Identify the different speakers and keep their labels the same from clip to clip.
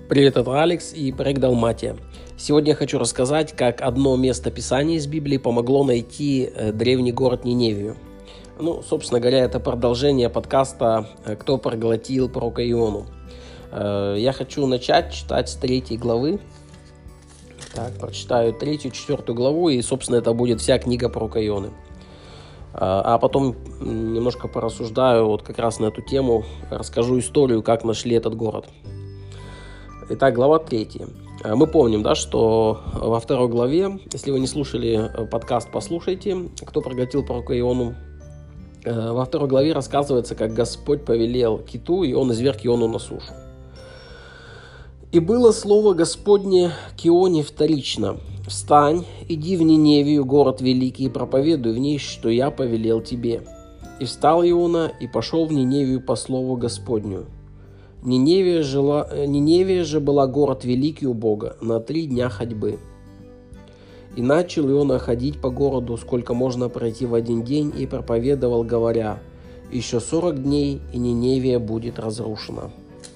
Speaker 1: Привет, это Алекс и проект Далматия. Сегодня я хочу рассказать, как одно место Писания из Библии помогло найти древний город Ниневию. Собственно говоря, это продолжение подкаста «Кто проглотил пророка Иону». Я хочу начать читать с 3 главы. Прочитаю 3-4 главу, и, собственно, это будет вся книга пророка Ионы. А потом немножко порассуждаю как раз на эту тему, расскажу историю, как нашли этот город. Итак, глава 3. Мы помним, что во 2 главе, если вы не слушали подкаст, послушайте, кто проглотил пророка Иону. Во 2 главе рассказывается, как Господь повелел киту, и он изверг Иону на сушу. «И было слово Господне к Ионе вторично: встань, иди в Ниневию, город великий, и проповедуй в ней, что я повелел тебе. И встал Иона, и пошел в Ниневию по слову Господню. Ниневия же была город великий у Бога, на 3 дня ходьбы. И начал Иона ходить по городу, сколько можно пройти в 1 день, и проповедовал, говоря: еще 40 дней, и Ниневия будет разрушена.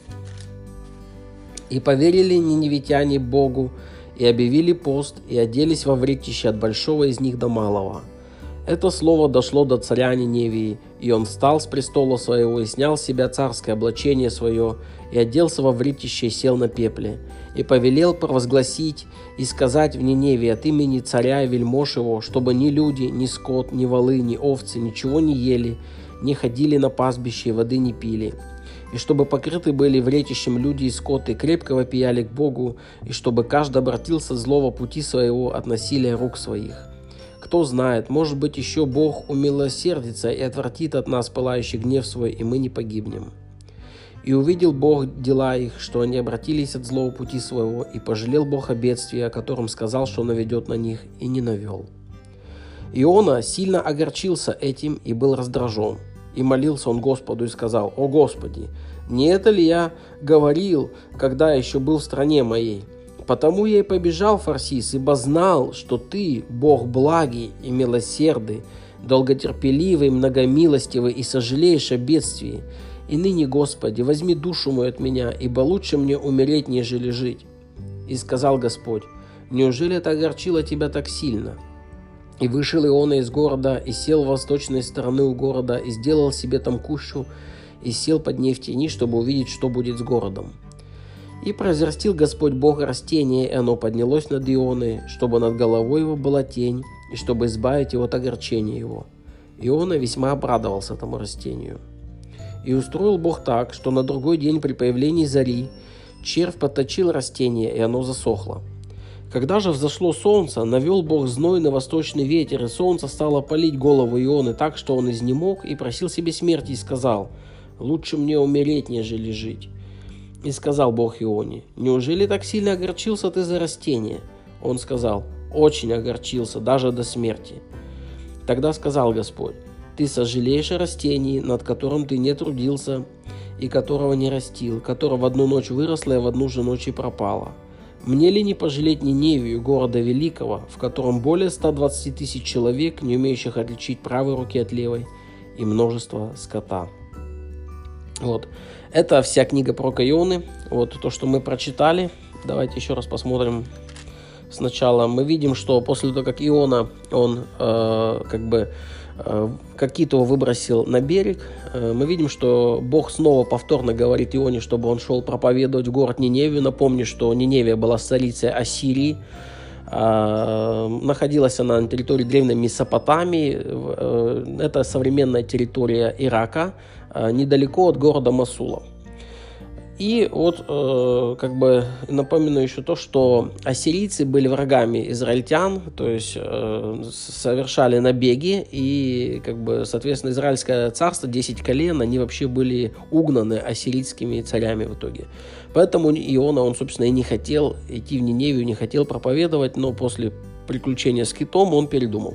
Speaker 1: И поверили ниневитяне Богу, и объявили пост, и оделись во вретище от большого из них до малого. Это слово дошло до царя Ниневии, и он встал с престола своего, и снял с себя царское облачение свое, и оделся во вретище, и сел на пепле, и повелел провозгласить и сказать в Ниневии от имени царя и вельмож его, чтобы ни люди, ни скот, ни волы, ни овцы ничего не ели, не ходили на пастбище и воды не пили. И чтобы покрыты были вретищем люди и скот, и крепко вопияли к Богу, и чтобы каждый обратился от злого пути своего, от насилия рук своих. Кто знает, может быть, еще Бог умилосердится и отвратит от нас пылающий гнев свой, и мы не погибнем. И увидел Бог дела их, что они обратились от злого пути своего, и пожалел Бог о бедствии, о котором сказал, что наведет на них, и не навел. Иона сильно огорчился этим и был раздражен. И молился он Господу и сказал: «О Господи, не это ли я говорил, когда еще был в стране моей? Потому я и побежал в Фарсис, ибо знал, что Ты, Бог благий и милосердный, долготерпеливый, многомилостивый и сожалеешь о бедствии. И ныне, Господи, возьми душу мою от меня, ибо лучше мне умереть, нежели жить». И сказал Господь: «Неужели это огорчило тебя так сильно?» И вышел Иона из города, и сел в восточной стороны у города, и сделал себе там кущу, и сел под ней в тени, чтобы увидеть, что будет с городом. И произрастил Господь Бог растение, и оно поднялось над Ионой, чтобы над головой его была тень, и чтобы избавить его от огорчения его. Иона весьма обрадовался этому растению. И устроил Бог так, что на другой день при появлении зари червь подточил растение, и оно засохло. Когда же взошло солнце, навел Бог зной на восточный ветер, и солнце стало палить голову Ионы так, что он изнемог и просил себе смерти, и сказал: «Лучше мне умереть, нежели жить». И сказал Бог Ионе: «Неужели так сильно огорчился ты за растение?» Он сказал: «Очень огорчился, даже до смерти». Тогда сказал Господь: «Ты сожалеешь о растении, над которым ты не трудился, и которого не растил, которое в одну ночь выросло и в одну же ночь и пропало. Мне ли не пожалеть Ниневию, города великого, в котором более 120 тысяч человек, не умеющих отличить правой руки от левой, и множество скота?» Это вся книга пророка Ионы. То, что мы прочитали. Давайте еще раз посмотрим сначала. Мы видим, что после того, как Иона, он как киту выбросил на берег, мы видим, что Бог снова повторно говорит Ионе, чтобы он шел проповедовать в город Ниневию. Напомню, что Ниневия была столицей Ассирии. Находилась она на территории древней Месопотамии. Это современная территория Ирака, недалеко от города Мосула. И напомню еще то, что ассирийцы были врагами израильтян, то есть совершали набеги, и соответственно Израильское царство, 10 колен, они вообще были угнаны ассирийскими царями в итоге. Поэтому Иона, он, собственно, и не хотел идти в Ниневию, не хотел проповедовать, но после приключения с китом он передумал.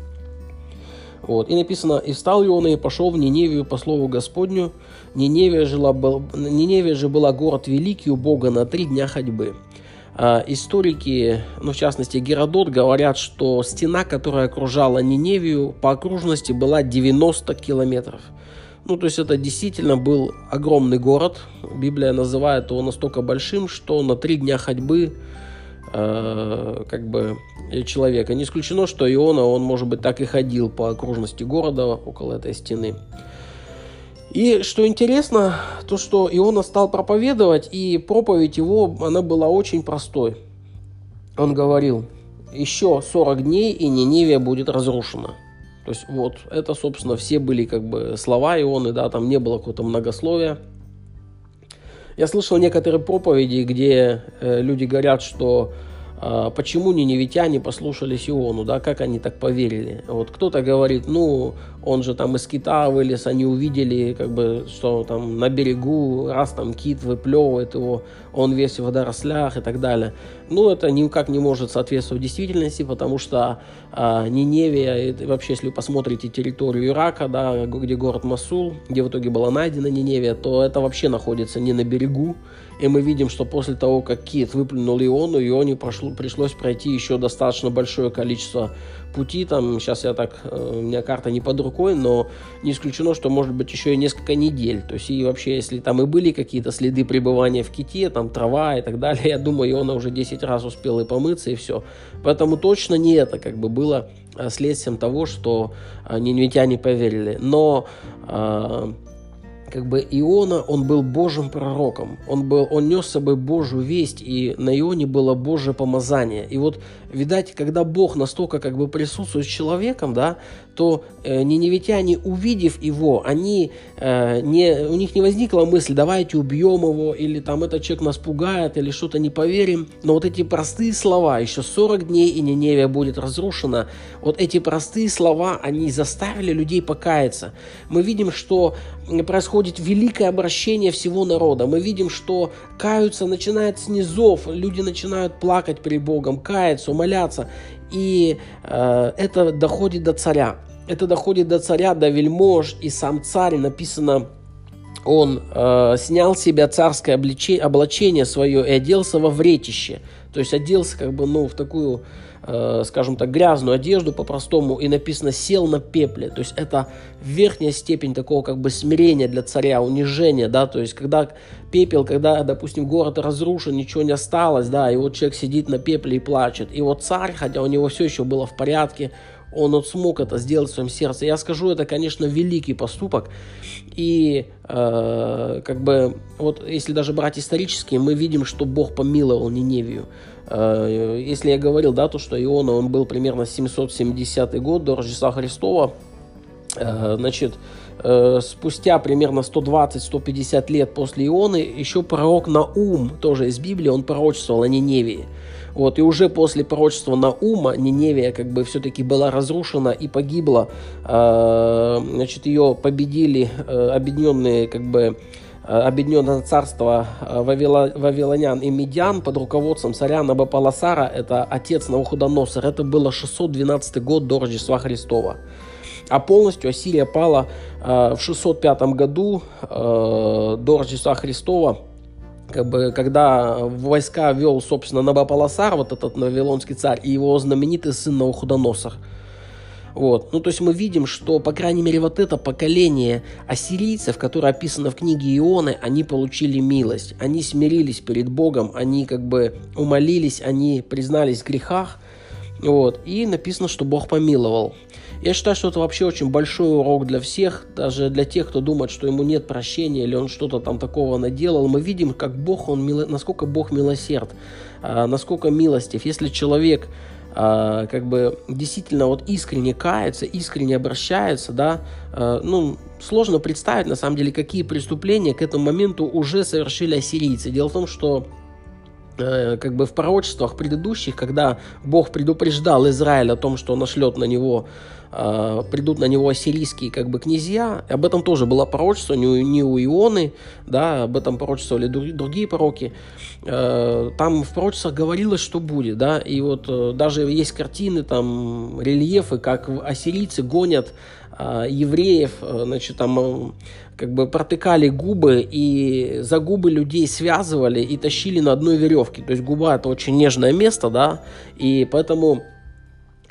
Speaker 1: И написано: «И встал Иона и пошел в Ниневию по слову Господню. Ниневия же была город великий у Бога на 3 дня ходьбы». Историки, в частности Геродот, говорят, что стена, которая окружала Ниневию, по окружности была 90 километров. Ну, то есть это действительно был огромный город. Библия называет его настолько большим, что на 3 дня ходьбы как бы человека. Не исключено, что Иона, он, может быть, так и ходил по окружности города около этой стены. И что интересно, то, что Иона стал проповедовать, и проповедь его, она была очень простой. Он говорил: еще 40 дней, и Ниневия будет разрушена. То есть вот это, собственно, все были как бы слова Ионы, да, там не было какого-то многословия. Я слышал некоторые проповеди, где люди говорят, что почему ниневитяне послушались Иону, да, как они так поверили. Вот кто-то говорит, ну, он же там из кита вылез, они увидели, как бы, что там на берегу, раз там кит выплевывает его, он весь в водорослях и так далее. Ну, это никак не может соответствовать действительности, потому что Ниневия, вообще, если вы посмотрите территорию Ирака, да, где город Мосул, где в итоге была найдена Ниневия, то это вообще находится не на берегу. И мы видим, что после того, как кит выплюнул Иону, Ионе пришлось пройти еще достаточно большое количество пути. Там, сейчас у меня карта не под рукой, но не исключено, что может быть еще и несколько недель. То есть и вообще, если там и были какие-то следы пребывания в ките, там трава и так далее, я думаю, Иона уже 10 раз успел и помыться, и все. Поэтому точно не это как бы было следствием того, что ниневитяне поверили. Но как бы Иона, он был Божьим пророком, он нес с собой Божью весть, и на Ионе было Божье помазание. И вот, видать, когда Бог настолько как бы присутствует с человеком, да, то ниневитяне, увидев его, у них не возникла мысль, давайте убьем его, или там этот человек нас пугает, или что-то не поверим. Но вот эти простые слова, еще 40 дней, и Ниневия будет разрушена, вот эти простые слова, они заставили людей покаяться. Мы видим, что происходит великое обращение всего народа. Мы видим, что каются, начинают с низов, люди начинают плакать перед Богом, каяться, умоляться. И это доходит до царя. Это доходит до царя, до вельмож, и сам царь, написано, он снял с себя царское облачение свое и оделся во вретище. То есть оделся как бы, в такую, скажем так, грязную одежду по-простому, и написано «сел на пепле». То есть это верхняя степень такого как бы смирения для царя, унижения, да, то есть когда пепел, когда, допустим, город разрушен, ничего не осталось, да, и вот человек сидит на пепле и плачет. И вот царь, хотя у него все еще было в порядке, он вот смог это сделать в своем сердце. Я скажу, это, конечно, великий поступок. И как бы вот если даже брать исторически, мы видим, что Бог помиловал Ниневию. Если я говорил, да, то, что Иона, он был примерно 770 год до Рождества Христова, значит, спустя примерно 120-150 лет после Ионы еще пророк Наум, тоже из Библии, он пророчествовал о Ниневии. Вот, и уже после пророчества Наума Ниневия как бы все-таки была разрушена и погибла. Значит, ее победили объединенное царство вавилонян и медян под руководством царя Набопаласара, это отец Навуходоносор. Это было 612 год до Рождества Христова. А полностью Ассирия пала в 605 году до Рождества Христова, как бы, когда войска вел, собственно, Набопаласар, вот этот вавилонский царь, и его знаменитый сын Навуходоносор. Вот. Ну, то есть мы видим, что, по крайней мере, вот это поколение ассирийцев, которое описано в книге Ионы, они получили милость, они смирились перед Богом, они как бы умолились, они признались в грехах, вот, и написано, что Бог помиловал. Я считаю, что это вообще очень большой урок для всех, даже для тех, кто думает, что ему нет прощения или он что-то там такого наделал. Мы видим, как Бог, насколько Бог милосерд, насколько милостив. Если человек как бы действительно вот искренне кается, искренне обращается, да, сложно представить, на самом деле, какие преступления к этому моменту уже совершили ассирийцы. Дело в том, что как бы в пророчествах предыдущих, когда Бог предупреждал Израиль о том, что придут на него ассирийские как бы князья, об этом тоже было пророчество, не у Ионы, да, об этом пророчествовали другие пророки. Там в пророчествах говорилось, что будет, да, и вот даже есть картины, там рельефы, как ассирийцы гонят евреев, значит, там как бы протыкали губы и за губы людей связывали и тащили на одной веревке. То есть губа — это очень нежное место, да, и поэтому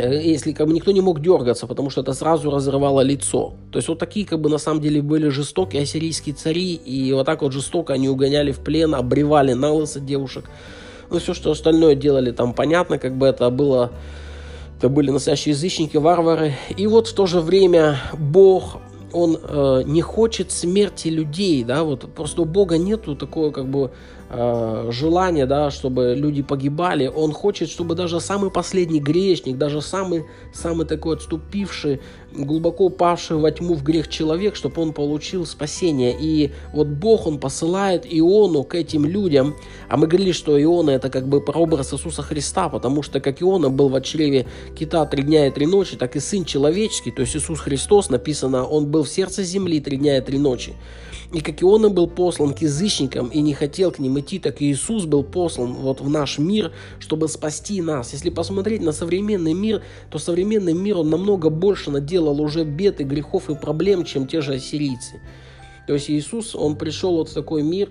Speaker 1: если как бы никто не мог дергаться, потому что это сразу разрывало лицо. То есть вот такие как бы на самом деле были жестокие ассирийские цари, и вот так вот жестоко они угоняли в плен, обревали на лысо девушек. Ну, все, что остальное делали там, понятно, как бы это были настоящие язычники, варвары. И вот в то же время Бог, он не хочет смерти людей, да, вот просто у Бога нету такого как бы желания, да, чтобы люди погибали. Он хочет, чтобы даже самый последний грешник, даже самый такой отступивший, глубоко павший во тьму в грех человек, чтобы он получил спасение. И вот Бог, он посылает Иону к этим людям. А мы говорили, что Иона это как бы прообраз Иисуса Христа, потому что как Иона был в чреве кита 3 дня и 3 ночи, так и Сын Человеческий, то есть Иисус Христос, написано, он был в сердце земли 3 дня и 3 ночи. И как Иона был послан к язычникам и не хотел к ним идти, так и Иисус был послан вот в наш мир, чтобы спасти нас. Если посмотреть на современный мир, то современный мир, он намного больше наделал уже бед и грехов и проблем, чем те же ассирийцы. То есть Иисус, он пришел вот в такой мир,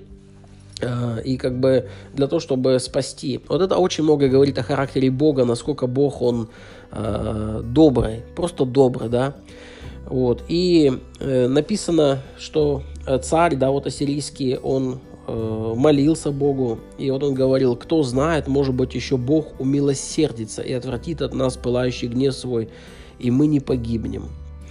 Speaker 1: и как бы для того, чтобы спасти. Вот это очень много говорит о характере Бога, насколько Бог, он добрый, просто добрый, да. Вот. И написано, что царь, да, вот ассирийский, он молился Богу, и вот он говорил, кто знает, может быть, еще Бог умилосердится и отвратит от нас пылающий гнев свой, и мы не погибнем.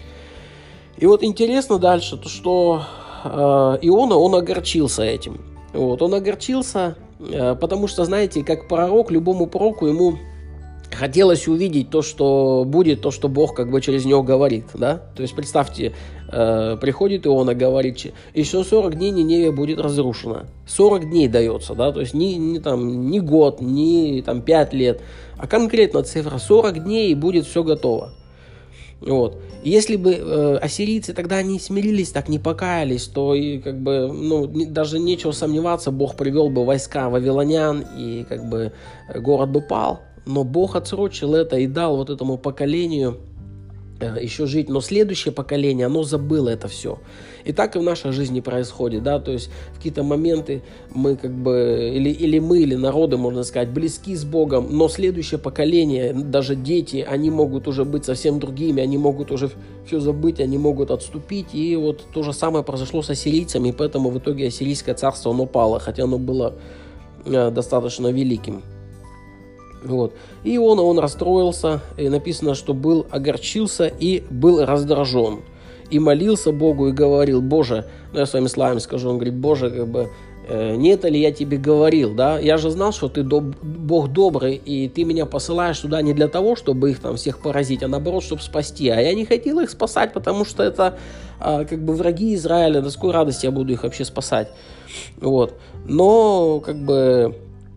Speaker 1: И вот интересно дальше, то, что Иона, он огорчился этим. Вот, он огорчился, потому что, знаете, как пророк, любому пророку ему хотелось увидеть то, что будет, то, что Бог как бы через него говорит, да? То есть представьте, приходит Иона, говорит, еще 40 дней Ниневия будет разрушена. 40 дней дается, да? То есть не год, не там 5 лет, а конкретно цифра 40 дней и будет все готово. Вот. Если бы ассирийцы тогда не смирились, так не покаялись, то и как бы, даже нечего сомневаться, Бог привел бы войска вавилонян, и как бы город бы пал. Но Бог отсрочил это и дал вот этому поколению еще жить. Но следующее поколение, оно забыло это все. И так и в нашей жизни происходит, да, то есть в какие-то моменты мы как бы, или народы, можно сказать, близки с Богом, но следующее поколение, даже дети, они могут уже быть совсем другими, они могут уже все забыть, они могут отступить. И вот то же самое произошло с ассирийцами, и поэтому в итоге ассирийское царство, оно пало, хотя оно было достаточно великим. Вот. И он расстроился, и написано, что огорчился и был раздражен. И молился Богу и говорил, Боже, я своими словами скажу, он говорит, Боже, как бы, не это ли я тебе говорил, да? Я же знал, что ты Бог добрый, и ты меня посылаешь туда не для того, чтобы их там всех поразить, а наоборот, чтобы спасти. А я не хотел их спасать, потому что это как бы враги Израиля, да с какой радости я буду их вообще спасать. Вот. Но как бы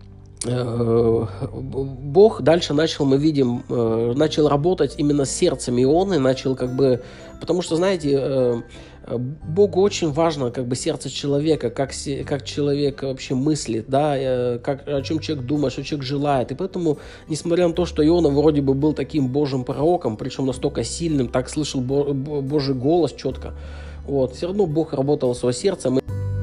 Speaker 1: Бог дальше мы видим, начал работать именно с сердцем Ионы, начал как бы, потому что, знаете, Богу очень важно как бы сердце человека, как человек вообще мыслит, да, о чем человек думает, что человек желает. И поэтому, несмотря на то, что Иона вроде бы был таким Божьим пророком, причем настолько сильным, так слышал Божий голос четко, вот, все равно Бог работал с его сердцем.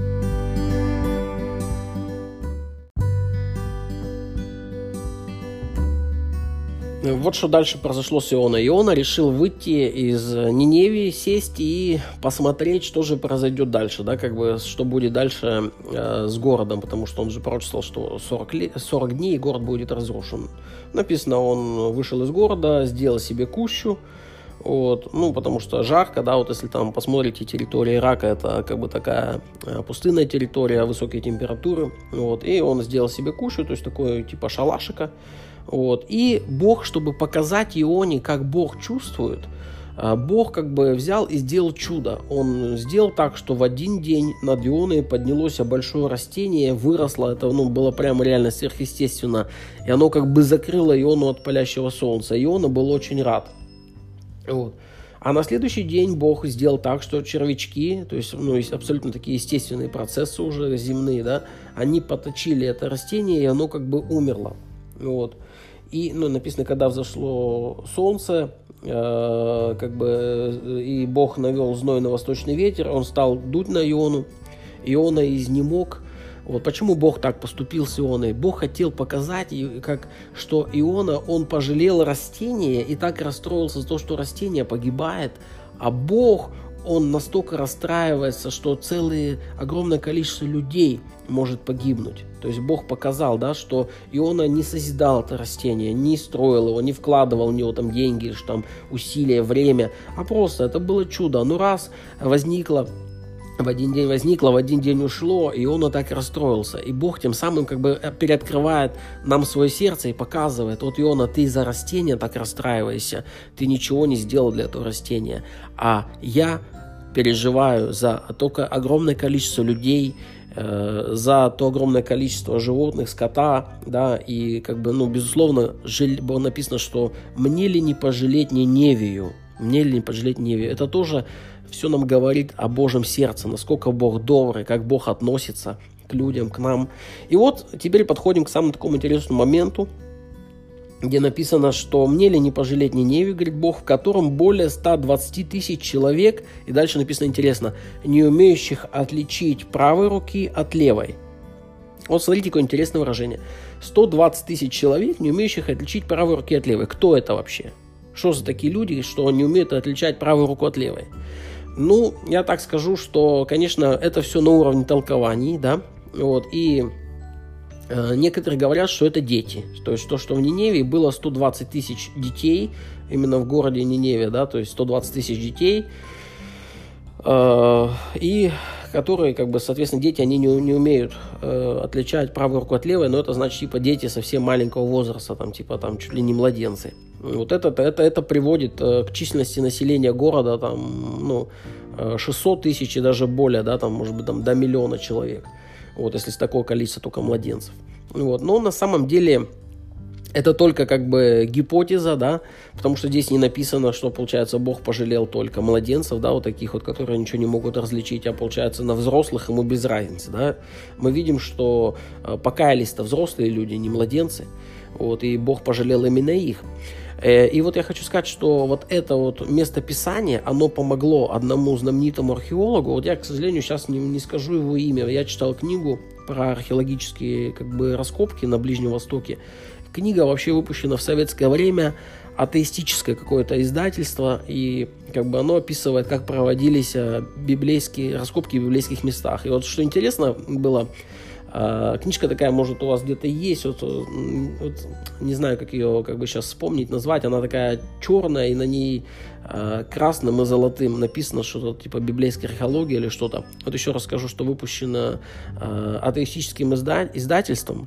Speaker 1: Вот что дальше произошло с Ионой. Иона решил выйти из Ниневии, сесть и посмотреть, что же произойдет дальше, да, как бы, что будет дальше с городом, потому что он же пророчествовал, что 40 дней и город будет разрушен. Написано, он вышел из города, сделал себе кущу, вот, потому что жарко, да, вот если там посмотрите территорию Ирака, это как бы такая пустынная территория, высокие температуры, вот, и он сделал себе кущу, то есть такой типа шалашика. Вот. И Бог, чтобы показать Ионе, как Бог чувствует, Бог как бы взял и сделал чудо. Он сделал так, что в один день над Ионой поднялось большое растение, выросло, это было прямо реально сверхъестественно, и оно как бы закрыло Иону от палящего солнца. Иона был очень рад. Вот. А на следующий день Бог сделал так, что червячки, то есть, абсолютно такие естественные процессы уже земные, да, они поточили это растение, и оно как бы умерло. Вот. И написано, когда взошло солнце, как бы, и Бог навел знойно восточный ветер, он стал дуть на Иону, Иона изнемог, Вот почему Бог так поступил с Ионой? Бог хотел показать, что Иона, он пожалел растение и так расстроился за то, что растение погибает, а Бог, он настолько расстраивается, что огромное количество людей может погибнуть. То есть Бог показал, да, что Иона не созидал это растение, не строил его, не вкладывал в него там деньги, усилия, время, а просто это было чудо. Ну раз возникло, в один день ушло, и он так расстроился. И Бог тем самым переоткрывает нам свое сердце и показывает: вот, Иона, ты из-за растения так расстраиваешься, ты ничего не сделал для этого растения, а я переживаю за только огромное количество людей, за то огромное количество животных, скота, да, и безусловно, было написано, что мне ли не пожалеть Ниневию, это тоже все нам говорит о Божьем сердце, насколько Бог добрый, как Бог относится к людям, к нам. И вот теперь подходим к самому такому интересному моменту, где написано, что мне ли не пожалеть Ниневию, говорит Бог, в котором более 120 тысяч человек, и дальше написано интересно, не умеющих отличить правой руки от левой. Вот смотрите, какое интересное выражение. 120 тысяч человек, не умеющих отличить правой руки от левой. Кто это вообще? Что за такие люди, что не умеют отличать правую руку от левой? Ну, я так скажу, что, конечно, это все на уровне толкований, да, вот, и некоторые говорят, что это дети, то есть то, что в Ниневии было 120 тысяч детей, именно в городе Ниневия, да, то есть 120 тысяч детей, и которые, соответственно, дети, они не умеют отличать правую руку от левой, но это значит, дети совсем маленького возраста, чуть ли не младенцы. Вот это приводит к численности населения города, 600 тысяч и даже более, да, может быть, до 1 миллиона человек, вот, если такое количество только младенцев. Вот. Но на самом деле это только гипотеза, да, потому что здесь не написано, что, получается, Бог пожалел только младенцев, да, вот таких вот, которые ничего не могут различить, а, получается, на взрослых ему без разницы, да. Мы видим, что покаялись-то взрослые люди, не младенцы, вот, и Бог пожалел именно их. И вот я хочу сказать, что вот это вот местописание, оно помогло одному знаменитому археологу. Вот я, к сожалению, сейчас не скажу его имя. Я читал книгу про археологические раскопки на Ближнем Востоке. Книга вообще выпущена в советское время, атеистическое какое-то издательство, и оно описывает, как проводились раскопки в библейских местах. И вот что интересно было, книжка такая, может, у вас где-то есть, вот не знаю, как ее сейчас вспомнить, назвать, она такая черная, и на ней красным и золотым написано что-то типа библейская археология или что-то. Вот еще раз скажу, что выпущено атеистическим издательством.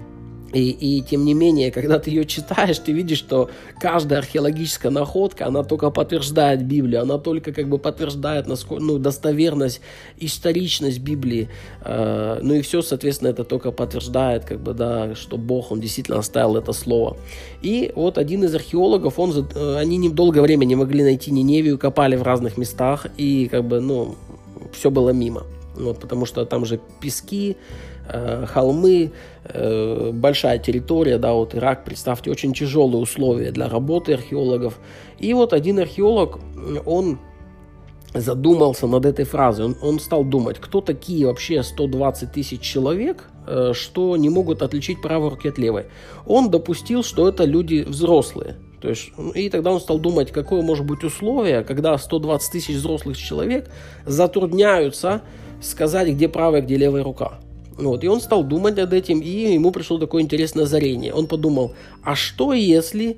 Speaker 1: И тем не менее, когда ты ее читаешь, ты видишь, что каждая археологическая находка, она только подтверждает Библию, она только подтверждает достоверность, историчность Библии. Ну и все, соответственно, это только подтверждает, что Бог, Он действительно оставил это слово. И вот один из археологов, они недолгое время не могли найти Ниневию, копали в разных местах, и все было мимо. Вот, потому что там же пески, холмы, большая территория, да, вот Ирак, представьте, очень тяжелые условия для работы археологов. И вот один археолог, он задумался над этой фразой, он стал думать, кто такие вообще 120 тысяч человек, что не могут отличить правую руку от левой. Он допустил, что это люди взрослые. То есть, и тогда он стал думать, какое может быть условие, когда 120 тысяч взрослых человек затрудняются сказать, где правая, где левая рука. Вот, и он стал думать над этим, и ему пришло такое интересное озарение. Он подумал, а что если,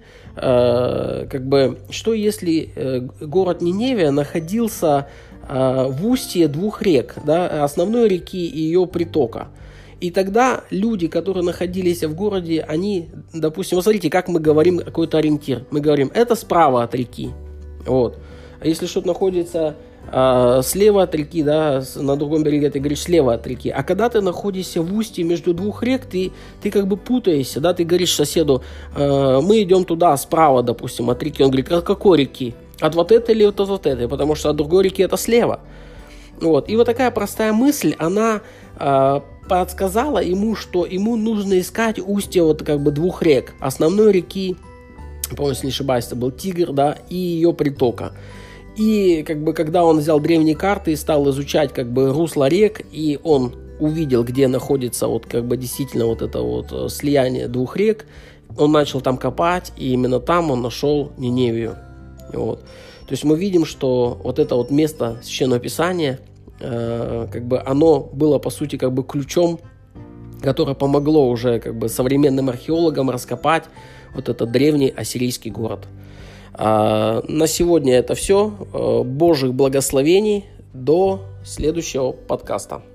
Speaker 1: город Ниневия находился в устье двух рек, да, основной реки и ее притока. И тогда люди, которые находились в городе, они, допустим, вот смотрите, как мы говорим какой-то ориентир. Мы говорим, это справа от реки. Вот. А если что-то находится слева от реки, да, на другом берегу, ты говоришь слева от реки. А когда ты находишься в устье между двух рек, ты путаешься, да, ты говоришь соседу, мы идем туда справа, допустим, от реки. Он говорит, от какой реки? От вот этой или от вот этой? Потому что от другой реки это слева. Вот. И вот такая простая мысль, она подсказала ему, что ему нужно искать устье двух рек. Основной реки, по-моему, если не ошибаюсь, это был Тигр, да, и ее притока. И когда он взял древние карты и стал изучать русло рек, и он увидел, где находится вот как бы действительно вот это вот слияние двух рек, он начал там копать, и именно там он нашел Ниневию. Вот. То есть мы видим, что вот это вот место Священного Писания, как бы оно было по сути как бы ключом, которое помогло уже как бы современным археологам раскопать вот этот древний ассирийский город. На сегодня это все. Божьих благословений. До следующего подкаста.